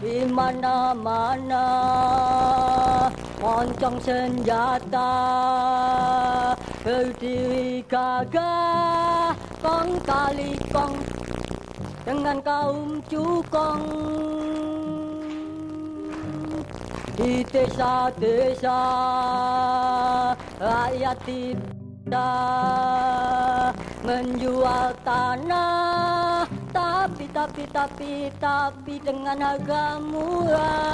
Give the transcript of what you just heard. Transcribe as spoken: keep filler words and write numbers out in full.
di mana-mana moncong senjata, berdiri gagah kong kali kong dengan kaum cukong di desa-desa rakyat tidak menjual tanah, tapi tapi tapi tapi dengan harga murah.